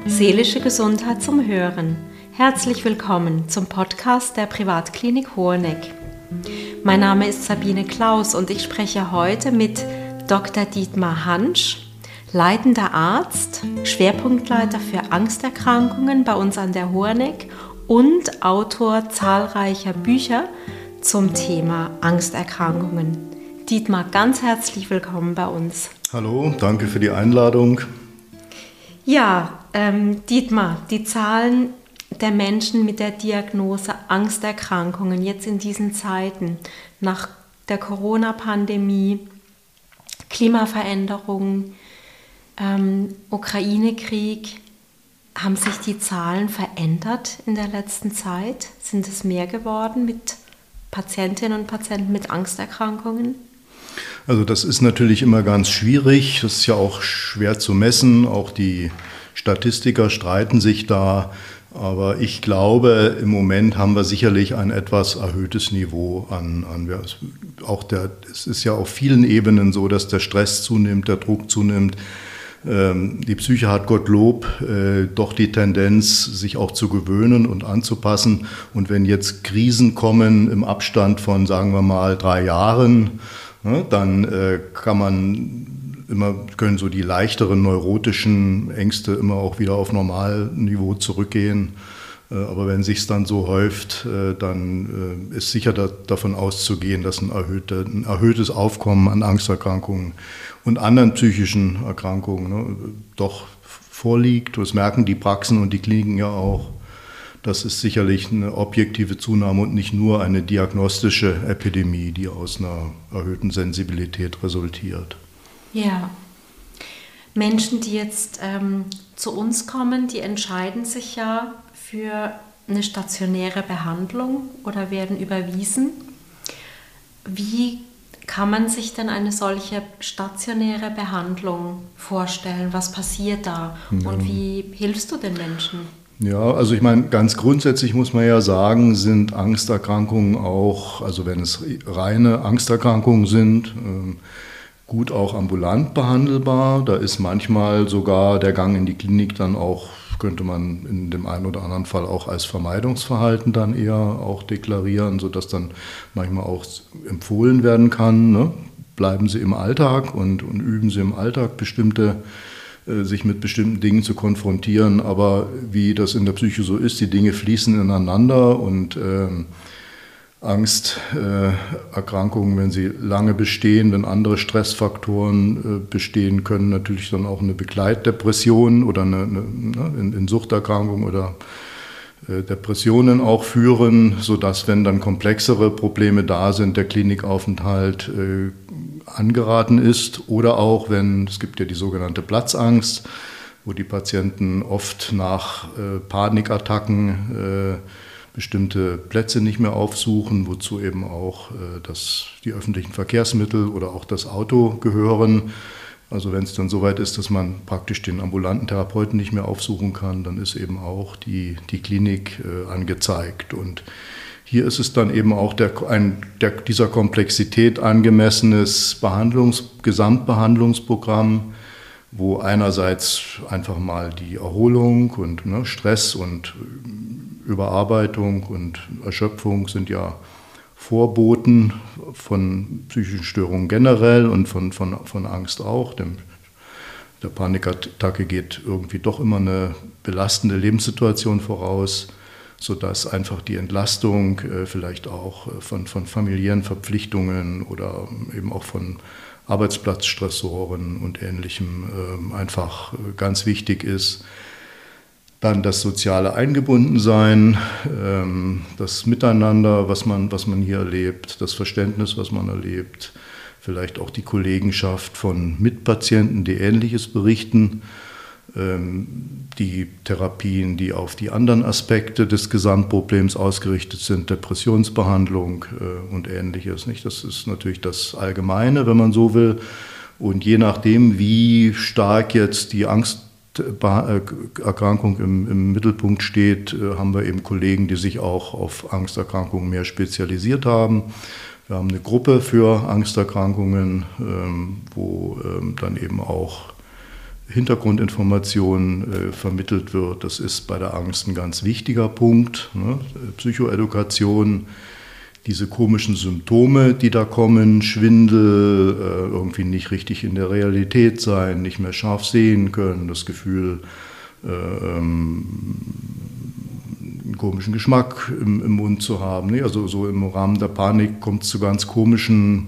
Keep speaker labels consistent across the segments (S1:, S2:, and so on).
S1: Seelische Gesundheit zum Hören. Herzlich willkommen zum Podcast der Privatklinik Hoheneck. Mein Name ist Sabine Klaus und ich spreche heute mit Dr. Dietmar Hansch, leitender Arzt, Schwerpunktleiter für Angsterkrankungen bei uns an der Hoheneck und Autor zahlreicher Bücher zum Thema Angsterkrankungen. Dietmar, ganz herzlich willkommen bei uns.
S2: Hallo, danke für die Einladung.
S1: Ja, Dietmar, die Zahlen der Menschen mit der Diagnose Angsterkrankungen jetzt in diesen Zeiten nach der Corona-Pandemie, Klimaveränderung, Ukraine-Krieg, haben sich die Zahlen verändert in der letzten Zeit? Sind es mehr geworden mit Patientinnen und Patienten mit Angsterkrankungen?
S2: Also das ist natürlich immer ganz schwierig, das ist ja auch schwer zu messen, auch die Statistiker streiten sich da, aber ich glaube, im Moment haben wir sicherlich ein etwas erhöhtes Niveau es ist ja auf vielen Ebenen so, dass der Stress zunimmt, der Druck zunimmt. Die Psyche hat Gottlob doch die Tendenz, sich auch zu gewöhnen und anzupassen. Und wenn jetzt Krisen kommen im Abstand von, sagen wir mal, 3 Jahren, dann können so die leichteren neurotischen Ängste immer auch wieder auf Normalniveau zurückgehen. Aber wenn sich es dann so häuft, dann ist sicher davon auszugehen, dass ein erhöhtes Aufkommen an Angsterkrankungen und anderen psychischen Erkrankungen doch vorliegt. Das merken die Praxen und die Kliniken ja auch. Das ist sicherlich eine objektive Zunahme und nicht nur eine diagnostische Epidemie, die aus einer erhöhten Sensibilität resultiert.
S1: Ja, Menschen, die jetzt zu uns kommen, die entscheiden sich ja für eine stationäre Behandlung oder werden überwiesen. Wie kann man sich denn eine solche stationäre Behandlung vorstellen? Was passiert da und wie hilfst du den Menschen?
S2: Ja, also ich meine, ganz grundsätzlich muss man ja sagen, sind Angsterkrankungen auch, also wenn es reine Angsterkrankungen sind, gut auch ambulant behandelbar. Da ist manchmal sogar der Gang in die Klinik dann auch, könnte man in dem einen oder anderen Fall auch als Vermeidungsverhalten dann eher auch deklarieren, sodass dann manchmal auch empfohlen werden kann, ne? Bleiben Sie im Alltag und üben Sie im Alltag sich mit bestimmten Dingen zu konfrontieren, aber wie das in der Psyche so ist, die Dinge fließen ineinander und Angsterkrankungen, wenn sie lange bestehen, wenn andere Stressfaktoren bestehen, können natürlich dann auch eine Begleitdepression oder in Suchterkrankung oder Depressionen auch führen, sodass, wenn dann komplexere Probleme da sind, der Klinikaufenthalt angeraten ist, oder auch, es gibt ja die sogenannte Platzangst, wo die Patienten oft nach Panikattacken bestimmte Plätze nicht mehr aufsuchen, wozu eben auch die öffentlichen Verkehrsmittel oder auch das Auto gehören. Also wenn es dann soweit ist, dass man praktisch den ambulanten Therapeuten nicht mehr aufsuchen kann, dann ist eben auch die Klinik angezeigt. Und hier ist es dann eben auch dieser Komplexität angemessenes Gesamtbehandlungsprogramm, wo einerseits einfach mal die Erholung und Stress und Überarbeitung und Erschöpfung sind ja Vorboten von psychischen Störungen generell und von Angst auch. Der Panikattacke geht irgendwie doch immer eine belastende Lebenssituation voraus, sodass einfach die Entlastung vielleicht auch von familiären Verpflichtungen oder eben auch von Arbeitsplatzstressoren und Ähnlichem einfach ganz wichtig ist. Dann das soziale Eingebundensein, das Miteinander, was man hier erlebt, das Verständnis, was man erlebt, vielleicht auch die Kollegenschaft von Mitpatienten, die Ähnliches berichten, die Therapien, die auf die anderen Aspekte des Gesamtproblems ausgerichtet sind, Depressionsbehandlung und Ähnliches. Nicht? Das ist natürlich das Allgemeine, wenn man so will. Und je nachdem, wie stark jetzt die Angsterkrankung im Mittelpunkt steht, haben wir eben Kollegen, die sich auch auf Angsterkrankungen mehr spezialisiert haben. Wir haben eine Gruppe für Angsterkrankungen, wo dann eben auch Hintergrundinformation vermittelt wird. Das ist bei der Angst ein ganz wichtiger Punkt. Ne? Psychoedukation, diese komischen Symptome, die da kommen, Schwindel, irgendwie nicht richtig in der Realität sein, nicht mehr scharf sehen können, das Gefühl, einen komischen Geschmack im Mund zu haben. Ne? Also so im Rahmen der Panik kommt es zu ganz komischen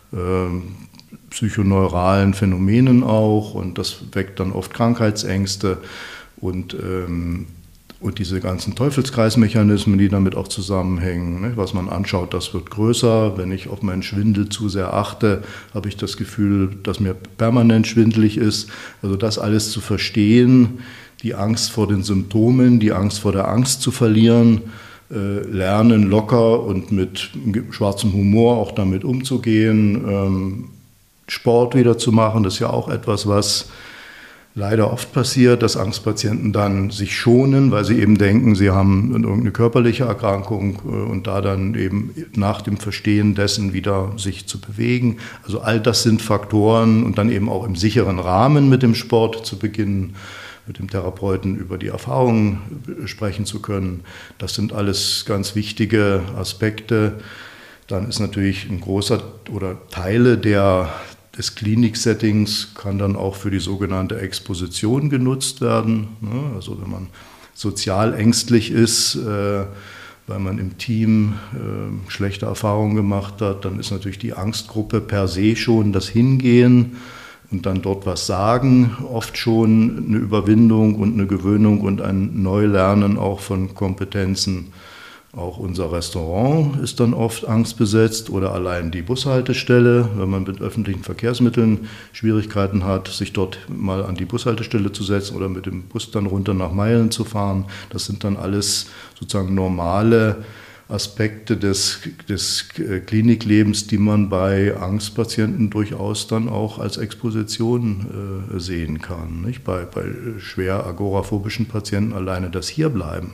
S2: psychoneuralen Phänomenen auch, und das weckt dann oft Krankheitsängste und diese ganzen Teufelskreismechanismen, die damit auch zusammenhängen. Ne? Was man anschaut, das wird größer. Wenn ich auf meinen Schwindel zu sehr achte, habe ich das Gefühl, dass mir permanent schwindelig ist. Also das alles zu verstehen, die Angst vor den Symptomen, die Angst vor der Angst zu verlieren, lernen locker und mit schwarzem Humor auch damit umzugehen, Sport wieder zu machen. Das ist ja auch etwas, was leider oft passiert, dass Angstpatienten dann sich schonen, weil sie eben denken, sie haben irgendeine körperliche Erkrankung und da dann eben nach dem Verstehen dessen wieder sich zu bewegen. Also all das sind Faktoren, und dann eben auch im sicheren Rahmen mit dem Sport zu beginnen, mit dem Therapeuten über die Erfahrungen sprechen zu können. Das sind alles ganz wichtige Aspekte. Dann ist natürlich ein großer oder Teile des Kliniksettings kann dann auch für die sogenannte Exposition genutzt werden. Also wenn man sozial ängstlich ist, weil man im Team schlechte Erfahrungen gemacht hat, dann ist natürlich die Angstgruppe per se schon das Hingehen und dann dort was sagen, oft schon eine Überwindung und eine Gewöhnung und ein Neulernen auch von Kompetenzen. Auch unser Restaurant ist dann oft angstbesetzt oder allein die Bushaltestelle, wenn man mit öffentlichen Verkehrsmitteln Schwierigkeiten hat, sich dort mal an die Bushaltestelle zu setzen oder mit dem Bus dann runter nach Meilen zu fahren. Das sind dann alles sozusagen normale Aspekte des Kliniklebens, die man bei Angstpatienten durchaus dann auch als Exposition sehen kann. Nicht? Bei schwer agoraphobischen Patienten alleine das Hierbleiben.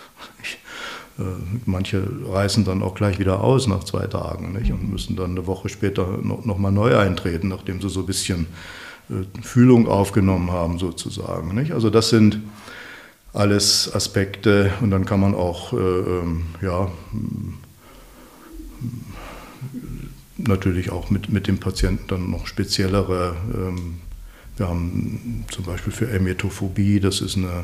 S2: Manche reißen dann auch gleich wieder aus nach 2 Tagen, nicht? Und müssen dann eine Woche später noch mal neu eintreten, nachdem sie so ein bisschen Fühlung aufgenommen haben sozusagen. Nicht? Also das sind alles Aspekte, und dann kann man auch natürlich auch mit dem Patienten dann noch speziellere, wir haben zum Beispiel für Emetophobie, das ist eine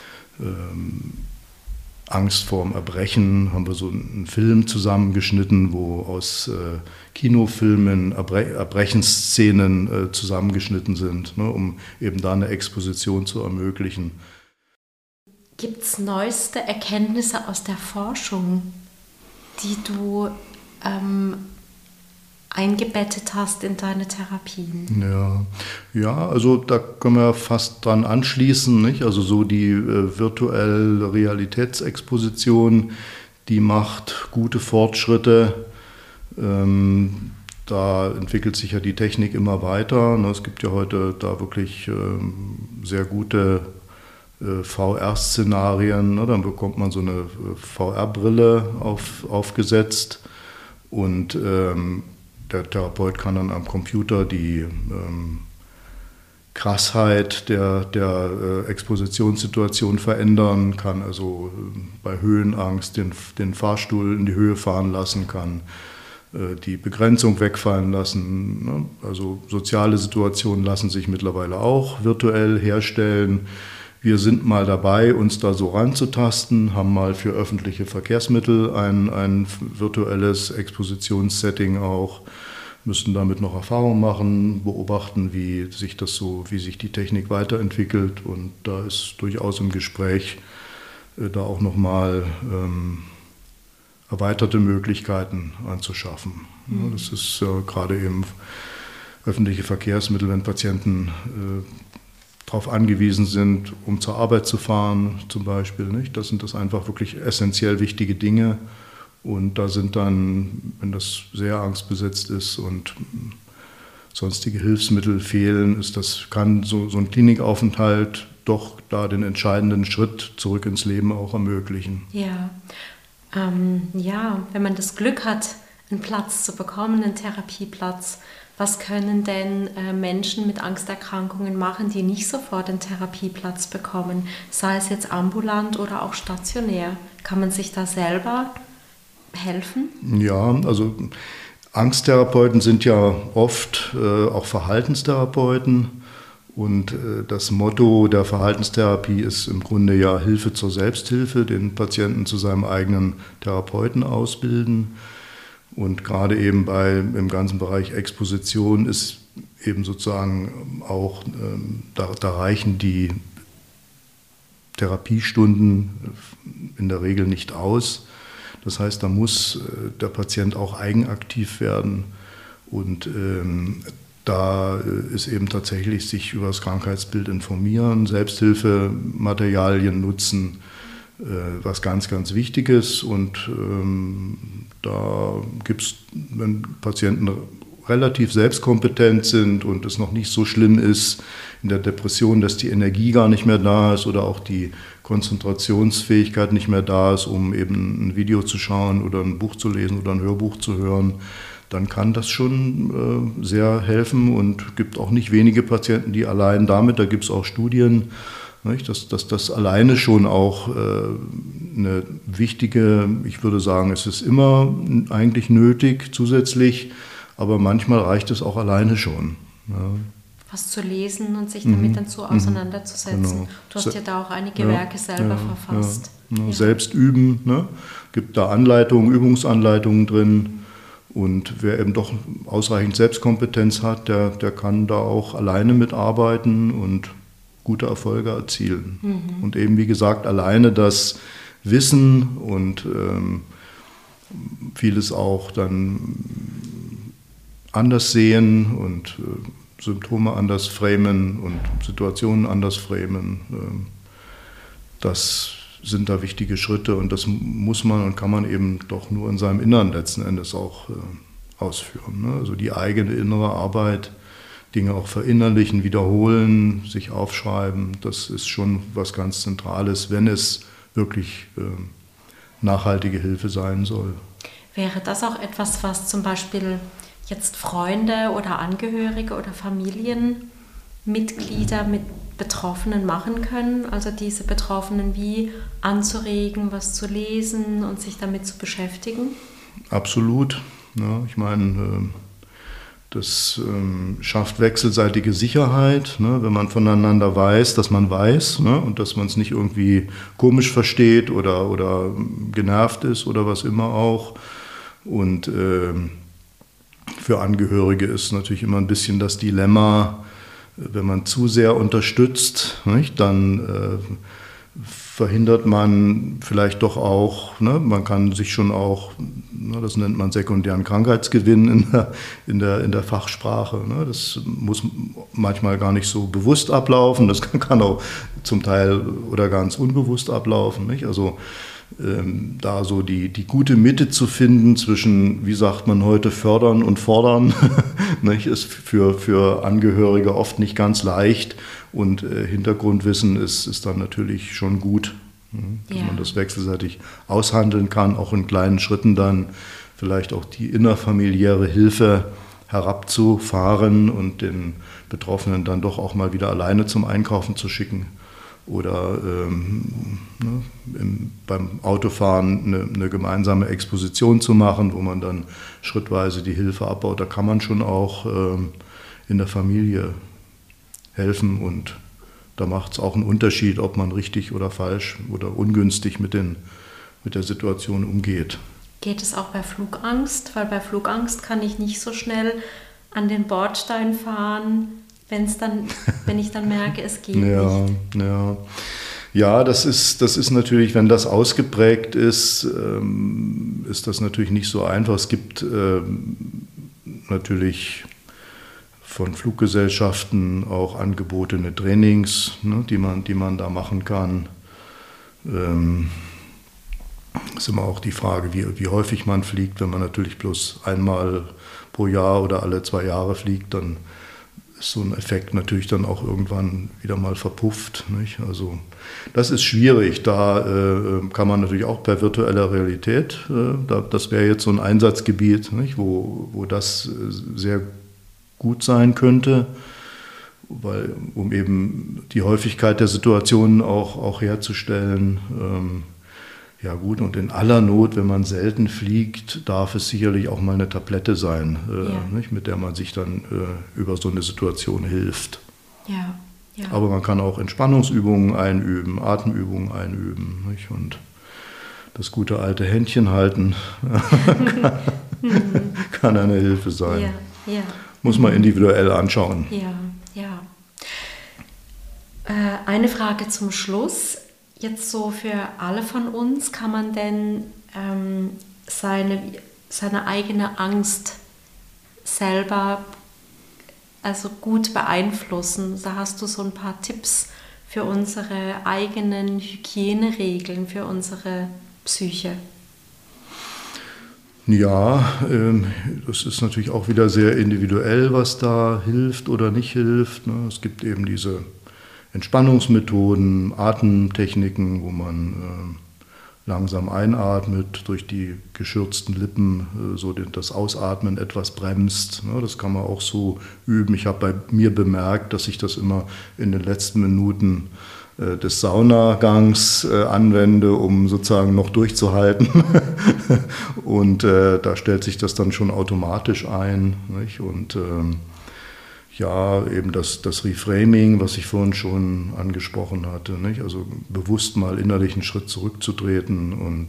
S2: Angst vorm Erbrechen, haben wir so einen Film zusammengeschnitten, wo aus Kinofilmen Erbrechensszenen zusammengeschnitten sind, ne, um eben da eine Exposition zu ermöglichen.
S1: Gibt es neueste Erkenntnisse aus der Forschung, die du eingebettet hast in deine Therapien? Ja, also da können wir fast dran anschließen, nicht? Also so die virtuelle Realitätsexposition, die macht gute Fortschritte. Da entwickelt sich ja die Technik immer weiter. Es gibt ja heute da wirklich sehr gute VR-Szenarien. Dann bekommt man so eine VR-Brille aufgesetzt, und der Therapeut kann dann am Computer die Krassheit der Expositionssituation verändern, kann also bei Höhenangst den Fahrstuhl in die Höhe fahren lassen, kann die Begrenzung wegfallen lassen. Ne? Also soziale Situationen lassen sich mittlerweile auch virtuell herstellen. Wir sind mal dabei, uns da so ranzutasten, haben mal für öffentliche Verkehrsmittel ein virtuelles Expositionssetting auch, müssen damit noch Erfahrung machen, beobachten, wie sich die Technik weiterentwickelt, und da ist durchaus im Gespräch, da auch nochmal erweiterte Möglichkeiten anzuschaffen. Mhm. Das ist gerade eben öffentliche Verkehrsmittel, wenn Patienten darauf angewiesen sind, um zur Arbeit zu fahren zum Beispiel. Nicht? Das sind einfach wirklich essentiell wichtige Dinge. Und da sind dann, wenn das sehr angstbesetzt ist und sonstige Hilfsmittel fehlen, kann so ein Klinikaufenthalt doch da den entscheidenden Schritt zurück ins Leben auch ermöglichen. Ja, wenn man das Glück hat, einen Platz zu bekommen, einen Therapieplatz, Was können denn Menschen mit Angsterkrankungen machen, die nicht sofort einen Therapieplatz bekommen, sei es jetzt ambulant oder auch stationär? Kann man sich da selber helfen?
S2: Ja, also Angsttherapeuten sind ja oft auch Verhaltenstherapeuten und das Motto der Verhaltenstherapie ist im Grunde ja Hilfe zur Selbsthilfe, den Patienten zu seinem eigenen Therapeuten ausbilden. Und gerade eben im ganzen Bereich Exposition ist eben sozusagen auch, da reichen die Therapiestunden in der Regel nicht aus. Das heißt, da muss der Patient auch eigenaktiv werden und da ist eben tatsächlich sich über das Krankheitsbild informieren, Selbsthilfematerialien nutzen, was ganz, ganz Wichtiges. Und da gibt es, wenn Patienten relativ selbstkompetent sind und es noch nicht so schlimm ist in der Depression, dass die Energie gar nicht mehr da ist oder auch die Konzentrationsfähigkeit nicht mehr da ist, um eben ein Video zu schauen oder ein Buch zu lesen oder ein Hörbuch zu hören, dann kann das schon sehr helfen und gibt auch nicht wenige Patienten, die allein damit, da gibt es auch Studien, dass das alleine schon auch eine wichtige, ich würde sagen, es ist immer eigentlich nötig zusätzlich, aber manchmal reicht es auch alleine schon. Ja.
S1: Was zu lesen und sich damit dann so auseinanderzusetzen. Genau. Du hast ja da auch einige Werke selber verfasst.
S2: Ja. Selbst üben, ne? Gibt da Anleitungen, Übungsanleitungen drin. Und wer eben doch ausreichend Selbstkompetenz hat, der kann da auch alleine mitarbeiten und gute Erfolge erzielen. Und eben, wie gesagt, alleine das Wissen und vieles auch dann anders sehen und Symptome anders framen und Situationen anders framen. Das sind da wichtige Schritte und das muss man und kann man eben doch nur in seinem Inneren letzten Endes auch ausführen. Ne? Also die eigene innere Arbeit, Dinge auch verinnerlichen, wiederholen, sich aufschreiben, das ist schon was ganz Zentrales, wenn es wirklich nachhaltige Hilfe sein soll.
S1: Wäre das auch etwas, was zum Beispiel jetzt Freunde oder Angehörige oder Familienmitglieder mit Betroffenen machen können? Also diese Betroffenen wie anzuregen, was zu lesen und sich damit zu beschäftigen?
S2: Absolut. Ja, ich meine, das schafft wechselseitige Sicherheit, ne, wenn man voneinander weiß, dass man weiß, ne, und dass man es nicht irgendwie komisch versteht oder genervt ist oder was immer auch. Und für Angehörige ist natürlich immer ein bisschen das Dilemma, wenn man zu sehr unterstützt, nicht, dann verhindert man vielleicht doch auch, ne, man kann sich schon auch, ne, das nennt man sekundären Krankheitsgewinn in der Fachsprache. Ne, das muss manchmal gar nicht so bewusst ablaufen, das kann auch zum Teil oder ganz unbewusst ablaufen. Nicht? Also da so die gute Mitte zu finden zwischen, wie sagt man heute, fördern und fordern, nicht, ist für Angehörige oft nicht ganz leicht und Hintergrundwissen ist dann natürlich schon gut, dass man das wechselseitig aushandeln kann, auch in kleinen Schritten dann vielleicht auch die innerfamiliäre Hilfe herabzufahren und den Betroffenen dann doch auch mal wieder alleine zum Einkaufen zu schicken. Oder beim Autofahren eine gemeinsame Exposition zu machen, wo man dann schrittweise die Hilfe abbaut. Da kann man schon auch in der Familie helfen und da macht es auch einen Unterschied, ob man richtig oder falsch oder ungünstig mit der Situation umgeht.
S1: Geht es auch bei Flugangst? Weil bei Flugangst kann ich nicht so schnell an den Bordstein fahren, wenn ich dann merke, es geht nicht.
S2: Ja, das ist natürlich, wenn das ausgeprägt ist, ist das natürlich nicht so einfach. Es gibt natürlich von Fluggesellschaften auch angebotene Trainings, ne, die man da machen kann. Ist immer auch die Frage, wie häufig man fliegt. Wenn man natürlich bloß einmal pro Jahr oder alle 2 Jahre fliegt, dann ist so ein Effekt natürlich dann auch irgendwann wieder mal verpufft. Nicht? Also das ist schwierig. Da kann man natürlich auch per virtueller Realität, das wäre jetzt so ein Einsatzgebiet, nicht? Wo das sehr gut sein könnte, weil, um eben die Häufigkeit der Situationen auch herzustellen. Ja gut, und in aller Not, wenn man selten fliegt, darf es sicherlich auch mal eine Tablette sein, nicht, mit der man sich dann über so eine Situation hilft.
S1: Ja. Ja.
S2: Aber man kann auch Entspannungsübungen einüben, Atemübungen einüben, nicht? Und das gute alte Händchen halten kann eine Hilfe sein.
S1: Ja, ja.
S2: Muss man individuell anschauen.
S1: Ja, ja. Eine Frage zum Schluss. Jetzt so für alle von uns, kann man denn seine eigene Angst selber gut beeinflussen? Da hast du so ein paar Tipps für unsere eigenen Hygieneregeln, für unsere Psyche.
S2: Ja, das ist natürlich auch wieder sehr individuell, was da hilft oder nicht hilft. Es gibt eben diese Entspannungsmethoden, Atemtechniken, wo man langsam einatmet, durch die geschürzten Lippen so das Ausatmen etwas bremst. Das kann man auch so üben. Ich habe bei mir bemerkt, dass ich das immer in den letzten Minuten des Saunagangs anwende, um sozusagen noch durchzuhalten. Und da stellt sich das dann schon automatisch ein. Nicht? Und ja, eben das Reframing, was ich vorhin schon angesprochen hatte, nicht? Also bewusst mal innerlich einen Schritt zurückzutreten und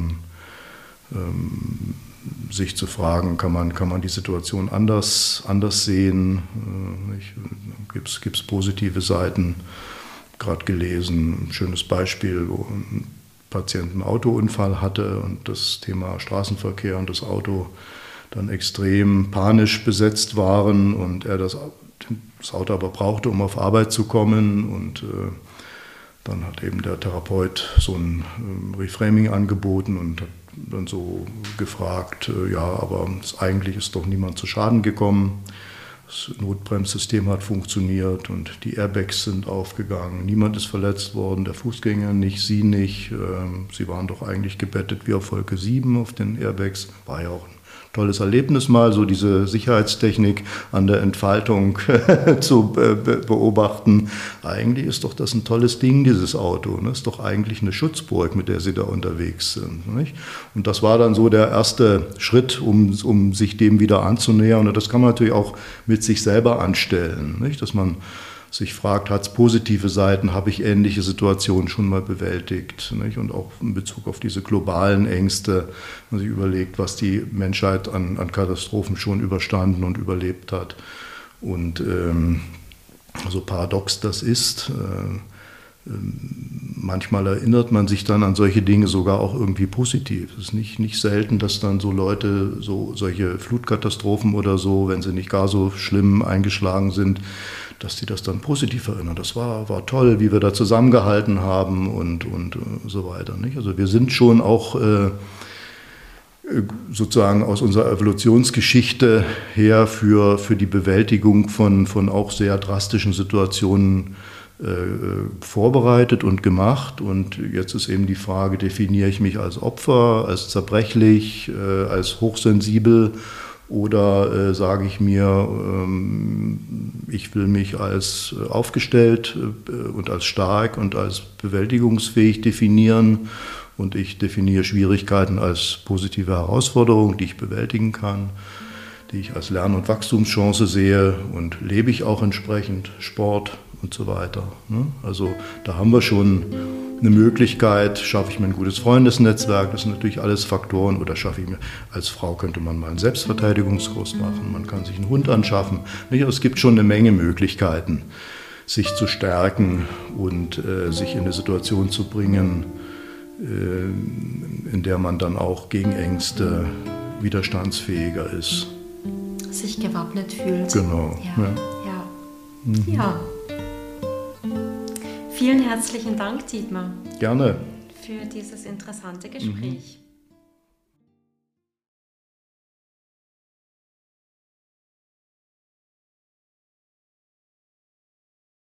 S2: sich zu fragen, kann man die Situation anders sehen? Gibt es positive Seiten? Gerade gelesen, ein schönes Beispiel, wo ein Patient einen Autounfall hatte und das Thema Straßenverkehr und das Auto dann extrem panisch besetzt waren und er das Auto aber brauchte, um auf Arbeit zu kommen. Und dann hat eben der Therapeut so ein Reframing angeboten und hat dann so gefragt, ja, aber eigentlich ist doch niemand zu Schaden gekommen. Das Notbremssystem hat funktioniert und die Airbags sind aufgegangen. Niemand ist verletzt worden, der Fußgänger nicht, Sie nicht. Sie waren doch eigentlich gebettet wie auf Wolke 7 auf den Airbags. War ja auch ein tolles Erlebnis mal, so diese Sicherheitstechnik an der Entfaltung zu beobachten. Eigentlich ist doch das ein tolles Ding, dieses Auto. Das ist doch eigentlich eine Schutzburg, mit der Sie da unterwegs sind. Nicht? Und das war dann so der erste Schritt, um sich dem wieder anzunähern. Und das kann man natürlich auch mit sich selber anstellen, nicht? Dass man sich fragt, hat es positive Seiten, habe ich ähnliche Situationen schon mal bewältigt, nicht? Und auch in Bezug auf diese globalen Ängste, man sich überlegt, was die Menschheit an Katastrophen schon überstanden und überlebt hat. Und so paradox das ist, manchmal erinnert man sich dann an solche Dinge sogar auch irgendwie positiv. Es ist nicht selten, dass dann so Leute solche Flutkatastrophen oder so, wenn sie nicht gar so schlimm eingeschlagen sind, dass die das dann positiv erinnern. Das war toll, wie wir da zusammengehalten haben und so weiter. Nicht? Also wir sind schon auch sozusagen aus unserer Evolutionsgeschichte her für die Bewältigung von auch sehr drastischen Situationen vorbereitet und gemacht. Und jetzt ist eben die Frage, definiere ich mich als Opfer, als zerbrechlich, als hochsensibel, oder sage ich mir, ich will mich als aufgestellt und als stark und als bewältigungsfähig definieren und ich definiere Schwierigkeiten als positive Herausforderung, die ich bewältigen kann, die ich als Lern- und Wachstumschance sehe und lebe ich auch entsprechend, Sport und so weiter. Also da haben wir schon eine Möglichkeit, schaffe ich mir ein gutes Freundesnetzwerk, das sind natürlich alles Faktoren, oder schaffe ich mir, als Frau könnte man mal einen Selbstverteidigungskurs machen, man kann sich einen Hund anschaffen. Es gibt schon eine Menge Möglichkeiten, sich zu stärken und sich in eine Situation zu bringen, in der man dann auch gegen Ängste widerstandsfähiger ist.
S1: Sich gewappnet fühlt.
S2: Genau.
S1: Ja. Vielen herzlichen Dank, Dietmar.
S2: Gerne.
S1: Für dieses interessante Gespräch.